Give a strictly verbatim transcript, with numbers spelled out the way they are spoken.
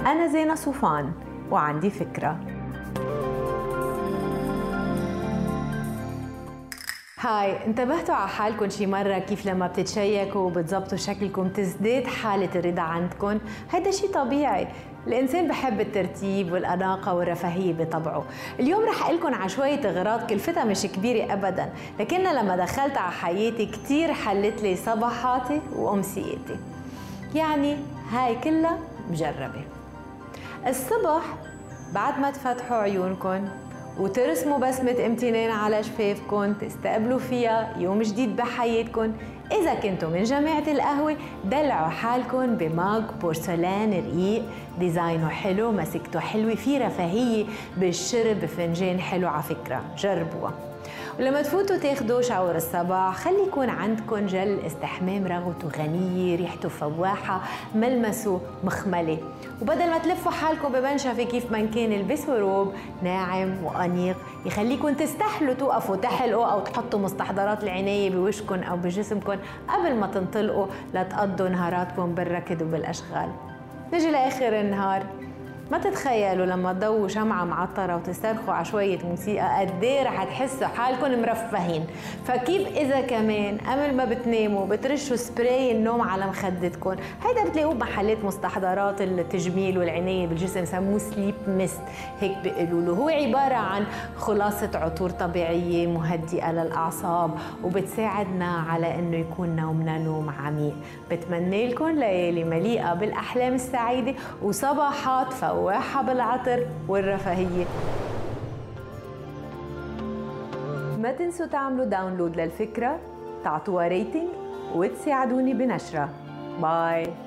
أنا زينة صوفان وعندي فكرة. هاي، انتبهتوا على حالكم شي مرة كيف لما بتتشيكوا وبتزبطوا شكلكم تزداد حالة الرضا عندكم؟ هيدا شي طبيعي، الإنسان بحب الترتيب والأناقة والرفاهية بطبعه. اليوم رح أقلكن على شوية أغراض كلفتها مش كبيرة أبداً، لكنها لما دخلت على حياتي كتير حلت لي صباحاتي وأمسياتي. يعني هاي كلها مجربة. الصبح بعد ما تفتحوا عيونكن وترسموا بسمة امتنان على شفافكن تستقبلوا فيها يوم جديد بحياتكن، إذا كنتوا من جماعة القهوة دلعوا حالكن بماج بورسلان رقيق ديزاينه حلو، مسكته حلوة، في رفاهية بالشرب بفنجان حلو. على فكرة جربوها. ولما تفوتوا تاخدوا شاور الصباح خلي يكون عندكم جل استحمام رغوته غنية، ريحته فواحة، ملمسه مخملة. وبدل ما تلفوا حالكم بمنشفة كيف ما كان، البسوا روب ناعم وأنيق يخليكم تستحلوا توقفوا تحلقوا أو تحطوا مستحضرات العناية بوشكم أو بجسمكم قبل ما تنطلقوا لتقضوا نهاراتكم بالركض وبالأشغال. نجي لآخر النهار، ما تتخيلوا لما تضووا شمعة معطرة وتسترخوا على شوية موسيقى قد ايه رح تحسوا حالكم مرفهين. فكيف إذا كمان قبل ما بتناموا بترشوا سبراي النوم على مخدتكم؟ هيدا بتلاقوه بمحلات مستحضرات التجميل والعناية بالجسم، سموه سليب ميست هيك بيقولوا له. هو عبارة عن خلاصة عطور طبيعية مهدئة للأعصاب وبتساعدنا على إنه يكون نومنا نوم عميق. بتمنى لكم ليالي مليئة بالأحلام السعيدة وصباحات فواحة بالعطر والرفاهية. ما تنسوا تعملوا داونلود للفكرة، تعطوها ريتنج وتساعدوني بنشرها. باي.